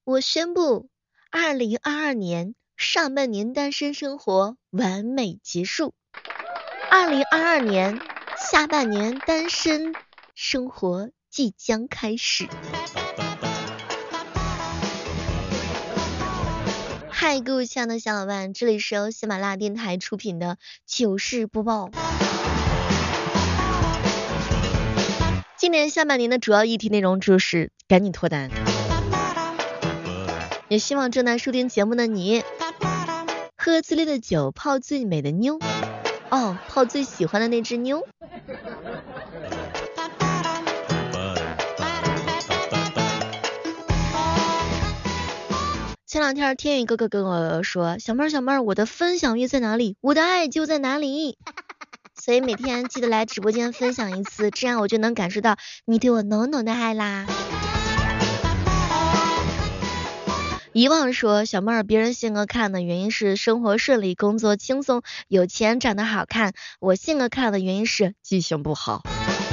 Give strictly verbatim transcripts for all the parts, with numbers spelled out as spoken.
我宣布，二零二二年上半年单身生活完美结束，二零二二年下半年单身生活即将开始。嗨，各位亲爱的小伙伴，这里是由喜马拉雅电台出品的糗事播报。今年下半年的主要议题内容就是赶紧脱单，也希望正在收听节目的你，喝最烈的酒，泡最美的妞，哦，泡最喜欢的那只妞。前两天天宇哥哥跟我说，小妹儿小妹儿，我的分享欲在哪里？我的爱就在哪里。所以每天记得来直播间分享一次，这样我就能感受到你对我浓浓的爱啦。遗忘说，小妹儿，别人性格看的原因是生活顺利，工作轻松，有钱，长得好看。我性格看的原因是记性不好。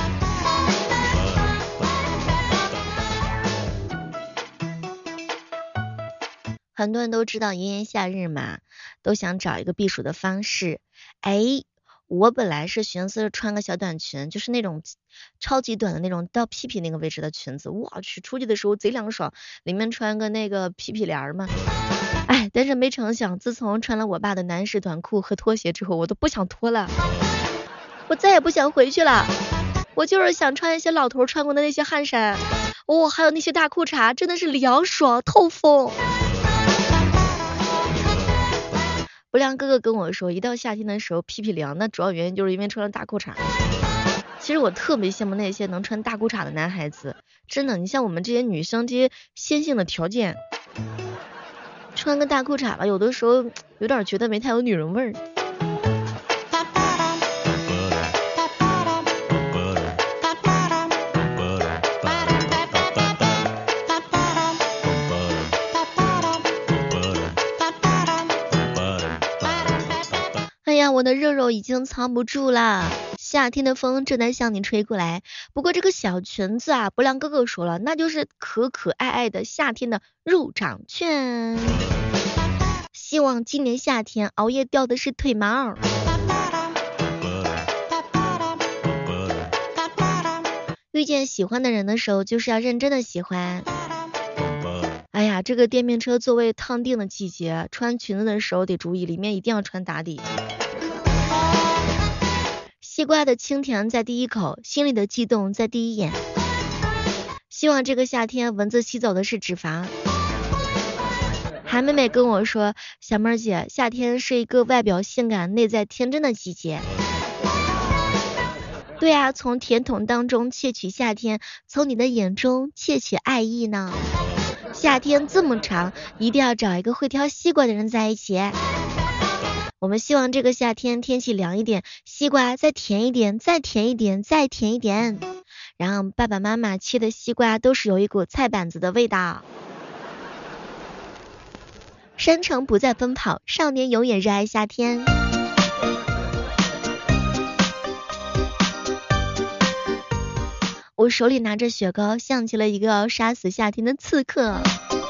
很多人都知道炎炎夏日嘛，都想找一个避暑的方式。哎，我本来是寻思穿个小短裙，就是那种超级短的那种到屁屁那个位置的裙子，我去出去的时候贼凉爽，里面穿个那个屁屁帘嘛。哎，但是没成想，自从穿了我爸的男士短裤和拖鞋之后，我都不想脱了，我再也不想回去了。我就是想穿一些老头穿过的那些汗衫，哦，还有那些大裤衩，真的是凉爽透风。不良哥哥跟我说，一到夏天的时候屁屁凉，那主要原因就是因为穿了大裤衩。其实我特别羡慕那些能穿大裤衩的男孩子，真的，你像我们这些女生这些先性的条件，穿个大裤衩吧，有的时候有点觉得没太有女人味儿。我的肉肉已经藏不住啦，夏天的风正在向你吹过来。不过这个小裙子啊，不良哥哥说了，那就是可可爱爱的夏天的入场券。希望今年夏天熬夜掉的是腿毛。遇见喜欢的人的时候，就是要认真的喜欢。哎呀，这个电瓶车座位烫定的季节，穿裙子的时候得注意，里面一定要穿打底。西瓜的清甜在第一口，心里的悸动在第一眼。希望这个夏天蚊子吸走的是脂肪。韩妹妹跟我说，小妹儿姐，夏天是一个外表性感内在天真的季节。对啊，从甜筒当中窃取夏天，从你的眼中窃取爱意呢。夏天这么长，一定要找一个会挑西瓜的人在一起。我们希望这个夏天天气凉一点，西瓜再甜一点，再甜一点，再甜一点，然后爸爸妈妈切的西瓜都是有一股菜板子的味道。山城不再奔跑，少年永远热爱夏天。我手里拿着雪糕，像极了一个要杀死夏天的刺客。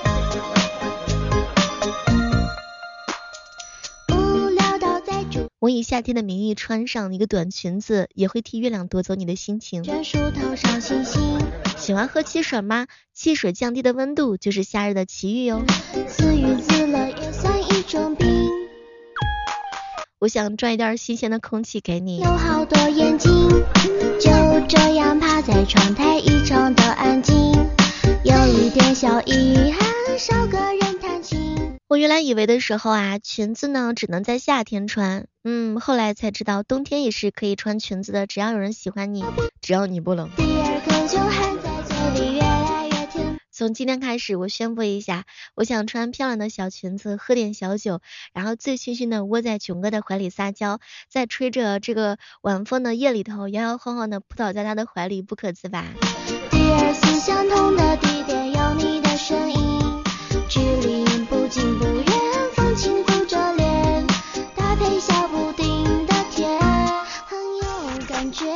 我以夏天的名义穿上一个短裙子，也会替月亮夺走你的心情。头上星星。喜欢喝汽水吗？汽水降低的温度就是夏日的奇遇哟。自娱自乐也算一种病。我想赚一点新鲜的空气给你。有好多眼睛，就这样趴在窗台，异常的安静，有一点小遗憾，少个人弹琴。我原来以为的时候啊，裙子呢只能在夏天穿，嗯，后来才知道冬天也是可以穿裙子的，只要有人喜欢你，只要你不冷。第二口就含在嘴里，越来越甜。从今天开始，我宣布一下，我想穿漂亮的小裙子，喝点小酒，然后醉醺醺的窝在囧哥的怀里撒娇，在吹着这个晚风的夜里头，摇摇晃晃的扑倒在他的怀里不可自拔。第二次相同的地点，有你的身影，距离不近不远，风轻拂着脸，搭配小布丁的甜，很有感觉。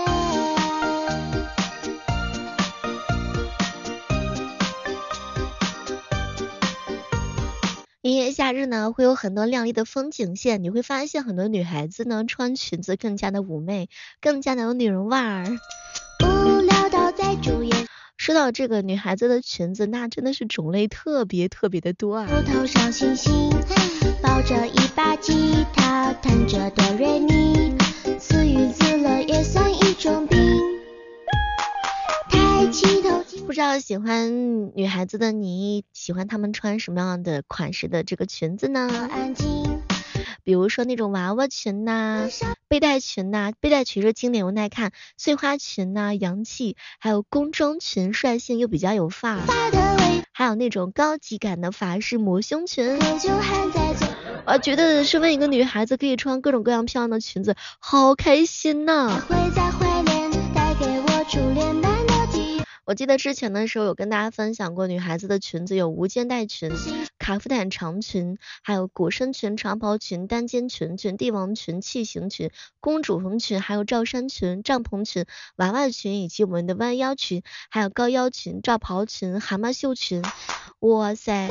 炎炎夏日呢，会有很多亮丽的风景线，你会发现很多女孩子呢穿裙子更加的妩媚，更加的有女人味儿。无聊到在主页。说到这个女孩子的裙子，那真的是种类特别特别的多啊。头上星星，抱着一把吉他，弹着哆瑞咪，自娱自乐也算一种病。抬起头，不知道喜欢女孩子的你，喜欢她们穿什么样的款式的这个裙子呢？安静。比如说那种娃娃裙呐、啊、背带裙呐、啊，背带裙是经典又耐看，碎花裙呐、啊、洋气，还有工装裙，率性又比较有范儿，还有那种高级感的法式抹胸裙。我觉得身为一个女孩子，可以穿各种各样漂亮的裙子，好开心呐！我记得之前的时候有跟大家分享过，女孩子的裙子有无肩带裙、卡夫坦长裙，还有裹身裙、长袍裙、单肩裙裙、帝王裙、器型裙、公主红裙，还有罩衫裙、帐篷裙、娃娃裙，以及我们的弯腰裙，还有高腰裙、罩袍裙、蛤蟆袖裙。哇塞！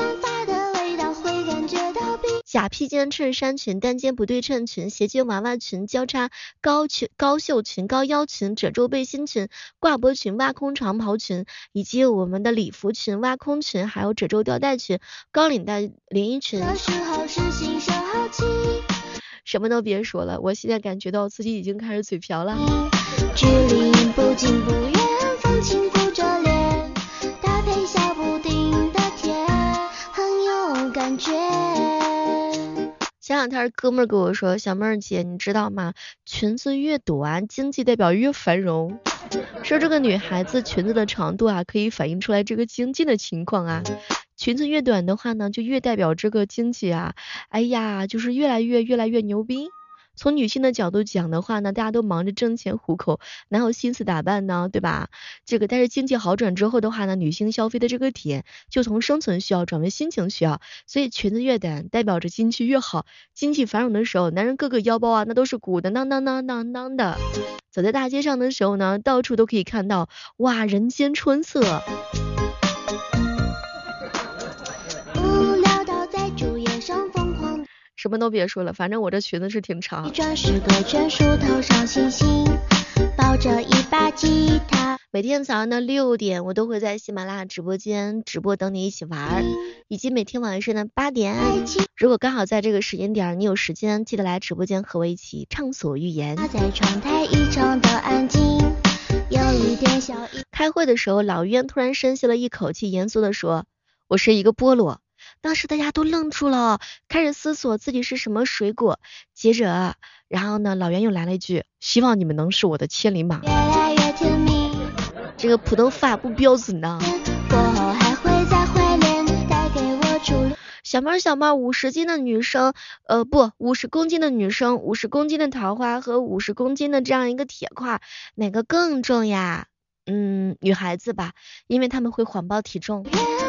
假披肩衬衫裙、单肩不对称裙、斜肩娃娃裙、交叉高裙、高袖裙、高腰裙、褶皱背心裙、挂脖裙、挖空长袍裙，以及我们的礼服裙、挖空裙，还有褶皱吊带裙、高领带连衣裙。什么都别说了，我现在感觉到自己已经开始嘴瓢了。距离不近不远，风轻拂着脸，搭配小布丁的甜，很有感觉。前两天哥们儿跟我说，小妹儿姐你知道吗，裙子越短经济代表越繁荣，说这个女孩子裙子的长度啊可以反映出来这个经济的情况啊，裙子越短的话呢就越代表这个经济啊，哎呀就是越来越越来越牛逼。从女性的角度讲的话呢，大家都忙着挣钱糊口，哪有心思打扮呢，对吧？这个但是经济好转之后的话呢，女性消费的这个点就从生存需要转为心情需要，所以裙子越短代表着经济越好，经济繁荣的时候，男人各个腰包啊那都是鼓的当当当当当的。走在大街上的时候呢，到处都可以看到，哇，人间春色。什么都别说了，反正我这裙子是挺长。抱着一把吉他，每天早上的六点我都会在喜马拉雅直播间直播等你一起玩，以及每天晚上的八点，如果刚好在这个时间点你有时间，记得来直播间和我一起畅所欲言。在窗台异常的安静，有一点小意。开会的时候，老渊突然深吸了一口气，严肃地说，我是一个菠萝。当时大家都愣住了，开始思索自己是什么水果。接着然后呢，老袁又来了一句，希望你们能是我的千里马。越来越甜蜜，这个普通话不标准呢。过后还会再怀念，带给我初小妹小妹，五十斤的女生呃不五十公斤的女生，五十公斤的桃花和五十公斤的这样一个铁块，哪个更重呀？嗯，女孩子吧，因为他们会谎报体重。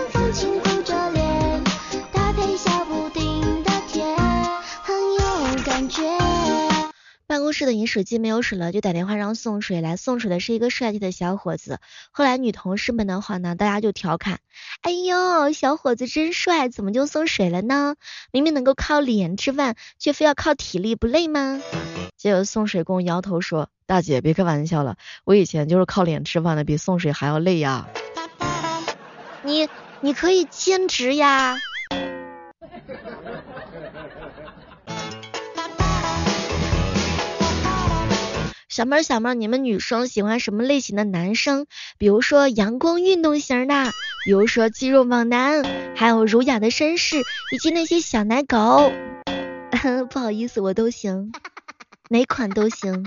办公室的饮水机没有水了，就打电话让送水来。送水的是一个帅气的小伙子。后来女同事们的话呢，大家就调侃，哎呦，小伙子真帅，怎么就送水了呢？明明能够靠脸吃饭，却非要靠体力，不累吗？结果送水工摇头说，大姐别开玩笑了，我以前就是靠脸吃饭的，比送水还要累呀。你你可以兼职呀。小妹儿小妹儿，你们女生喜欢什么类型的男生？比如说阳光运动型的，比如说肌肉猛男，还有儒雅的绅士，以及那些小奶狗。不好意思，我都行，哪款都行。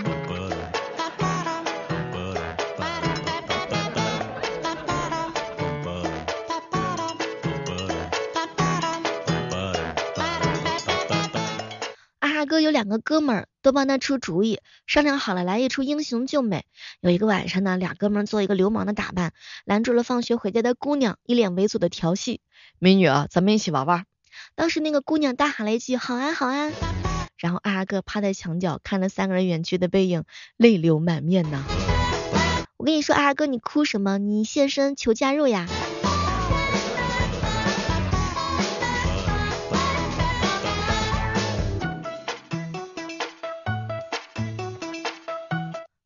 哥有两个哥们儿都帮他出主意，商量好了来一出英雄救美。有一个晚上呢，俩哥们儿做一个流氓的打扮，拦住了放学回家的姑娘，一脸猥琐的调戏，美女啊，咱们一起玩玩。当时那个姑娘大喊了一句好啊好啊，然后二哥趴在墙角看着三个人远去的背影，泪流满面呐。我跟你说二哥，你哭什么？你现身求加入呀。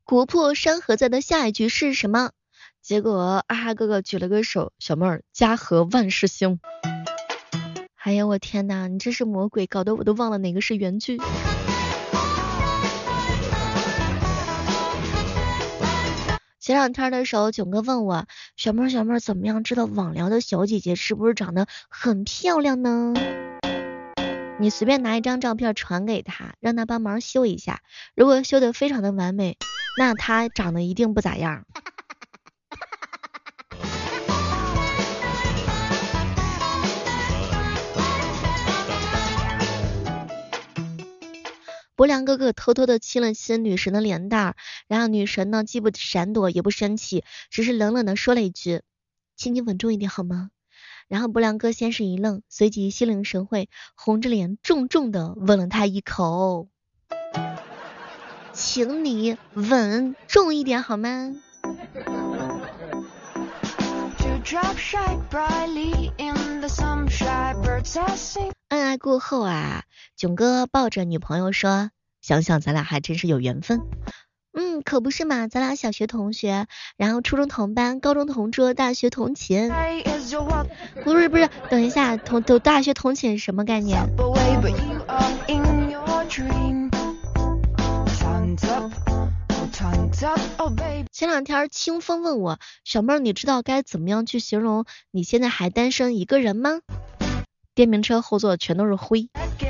国破山河在的下一句是什么？结果啊哈哥哥举了个手，小妹儿家和万事兴。哎呀我天哪，你这是魔鬼，搞得我都忘了哪个是原句。前两天的时候，囧哥问我，小妹儿小妹儿怎么样知道网聊的小姐姐是不是长得很漂亮呢？你随便拿一张照片传给他，让他帮忙修一下，如果修得非常的完美，那他长得一定不咋样。伯良哥哥偷偷的亲了亲女神的脸蛋儿，然后女神呢既不闪躲也不生气，只是冷冷的说了一句，请你稳重一点好吗？然后伯良哥先是一愣，随即心领神会，红着脸重重的吻了他一口，请你稳重一点好吗？恩爱过后啊，囧哥抱着女朋友说，想想咱俩还真是有缘分。嗯，可不是嘛，咱俩小学同学，然后初中同班，高中同桌，大学同寝。不是不是，等一下，同都大学同寝什么概念？前两天清风问我，小妹儿你知道该怎么样去形容你现在还单身一个人吗？电瓶车后座全都是灰。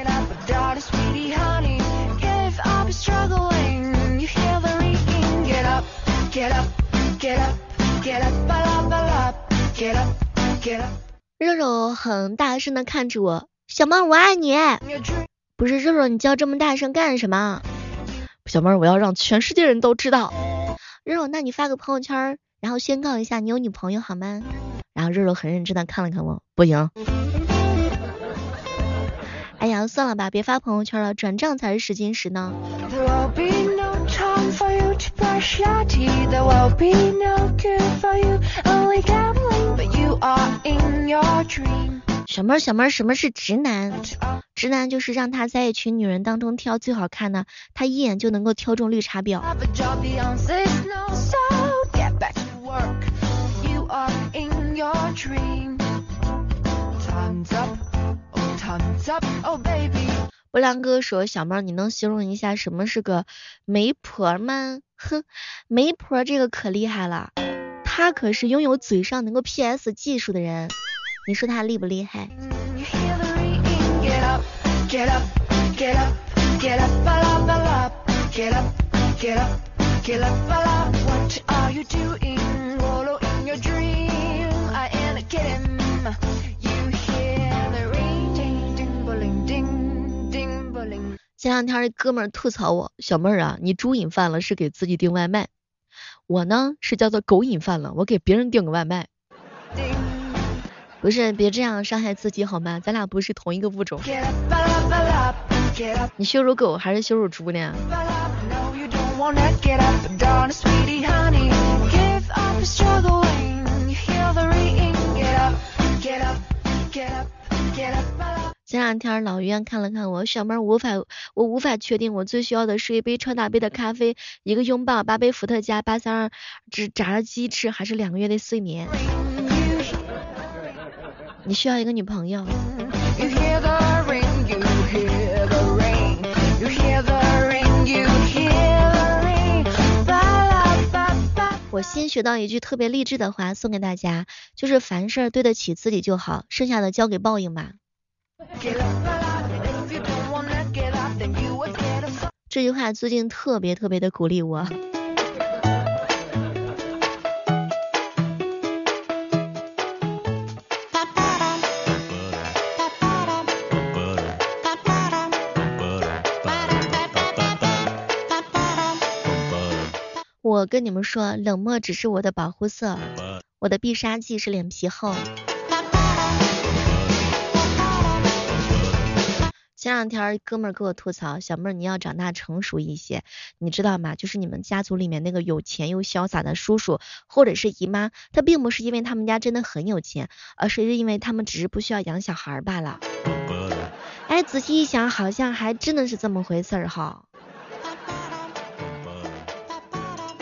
肉肉很大声的看着我，小妹儿我爱你。不是肉肉，你叫这么大声干什么？小妹儿我要让全世界人都知道。肉肉，那你发个朋友圈，然后宣告一下你有女朋友好吗？然后肉肉很认真的看了看我，不行。哎呀，算了吧，别发朋友圈了，转账才是试金石呢。小妹儿小妹儿，什么是直男？直男就是让他在一群女人当中挑最好看的，他一眼就能够挑中绿茶婊。伯良哥说，小妹儿你能形容一下什么是个媒婆吗？哼，媒婆这个可厉害了，他可是拥有嘴上能够 P S 技术的人，你说他厉不厉害？前两天哥们儿吐槽我，小妹儿啊，你猪瘾犯了是给自己订外卖，我呢是叫做狗瘾犯了，我给别人订个外卖。不是，别这样伤害自己好吗？咱俩不是同一个物种。你羞辱狗还是羞辱猪呢？前两天老袁看了看我，小妹儿无法我无法确定，我最需要的是一杯超大杯的咖啡，一个拥抱，八杯伏特加，八三二只炸鸡翅，还是两个月的睡眠？你需要一个女朋友。我新学到一句特别励志的话，送给大家，就是凡事对得起自己就好，剩下的交给报应吧。这句话最近特别特别的鼓励我。我跟你们说，冷漠只是我的保护色，我的必杀技是脸皮厚。前两天哥们儿给我吐槽，小妹儿你要长大成熟一些，你知道吗？就是你们家族里面那个有钱又潇洒的叔叔或者是姨妈，他并不是因为他们家真的很有钱，而是因为他们只是不需要养小孩罢了。哎，仔细一想，好像还真的是这么回事儿哈。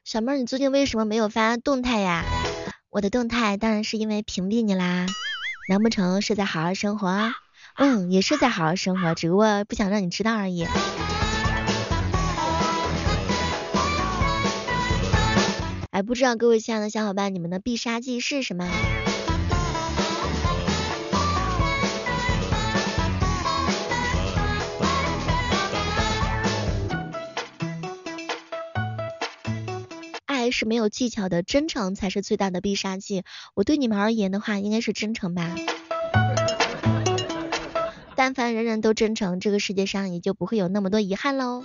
小妹儿，你最近为什么没有发动态呀？我的动态当然是因为屏蔽你啦，难不成是在好好生活？嗯，也是在好好生活，只不过不想让你知道而已。哎，不知道各位亲爱的小伙伴，你们的必杀技是什么？爱是没有技巧的，真诚才是最大的必杀技。我对你们而言的话，应该是真诚吧。但凡人人都真诚，这个世界上也就不会有那么多遗憾喽。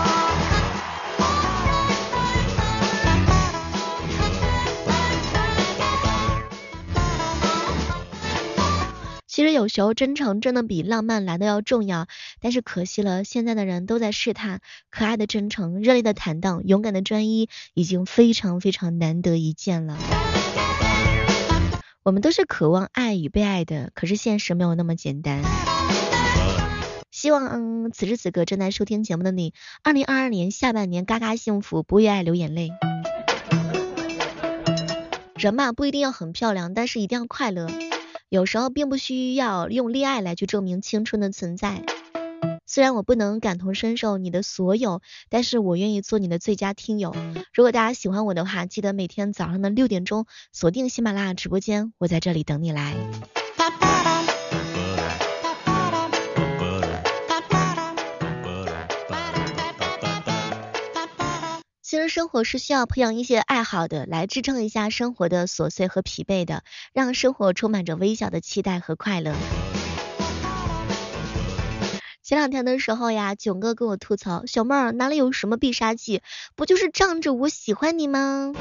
其实有时候真诚真的比浪漫来的要重要，但是可惜了，现在的人都在试探，可爱的真诚，热烈的坦荡，勇敢的专一，已经非常非常难得一见了。我们都是渴望爱与被爱的，可是现实没有那么简单。希望嗯，此时此刻正在收听节目的你，二零二二年下半年嘎嘎幸福，不为爱流眼泪。人嘛，不一定要很漂亮，但是一定要快乐。有时候并不需要用恋爱来去证明青春的存在。虽然我不能感同身受你的所有，但是我愿意做你的最佳听友。如果大家喜欢我的话，记得每天早上的六点钟锁定喜马拉雅直播间，我在这里等你来。其实生活是需要培养一些爱好的，来支撑一下生活的琐碎和疲惫的，让生活充满着微小的期待和快乐。前两天的时候呀，囧哥跟我吐槽，小妹儿哪里有什么必杀技，不就是仗着我喜欢你吗？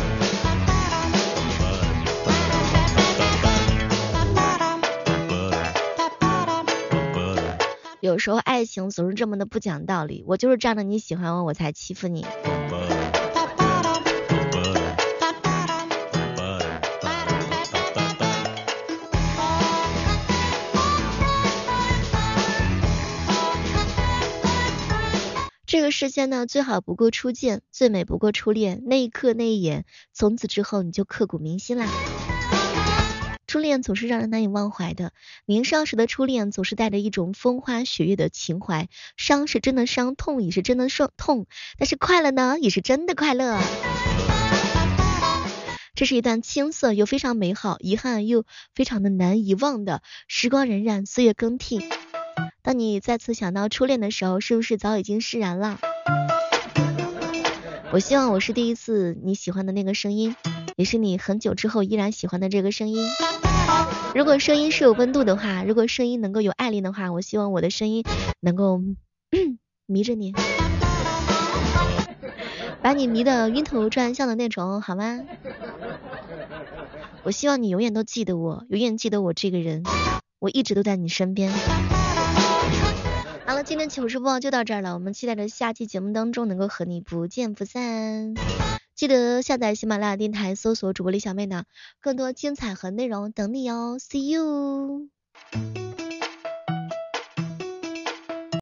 有时候爱情总是这么的不讲道理，我就是仗着你喜欢我，我才欺负你。这个世间呢，最好不过初见，最美不过初恋，那一刻那一眼，从此之后你就刻骨铭心啦。初恋总是让人难以忘怀的，年少时的初恋总是带着一种风花雪月的情怀，伤是真的伤，痛也是真的痛，但是快乐呢，也是真的快乐。这是一段青涩又非常美好，遗憾又非常的难遗忘的时光荏苒，岁月更替。当你再次想到初恋的时候，是不是早已经释然了？我希望我是第一次你喜欢的那个声音，也是你很久之后依然喜欢的这个声音。如果声音是有温度的话，如果声音能够有爱恋的话，我希望我的声音能够迷着你，把你迷得晕头转向的那种，好吗？我希望你永远都记得我，永远记得我这个人，我一直都在你身边。好了，今天糗事播报就到这儿了，我们期待着下期节目当中能够和你不见不散。记得下载喜马拉雅电台，搜索主播李小妹呢，更多精彩和内容等你哦 ，See you。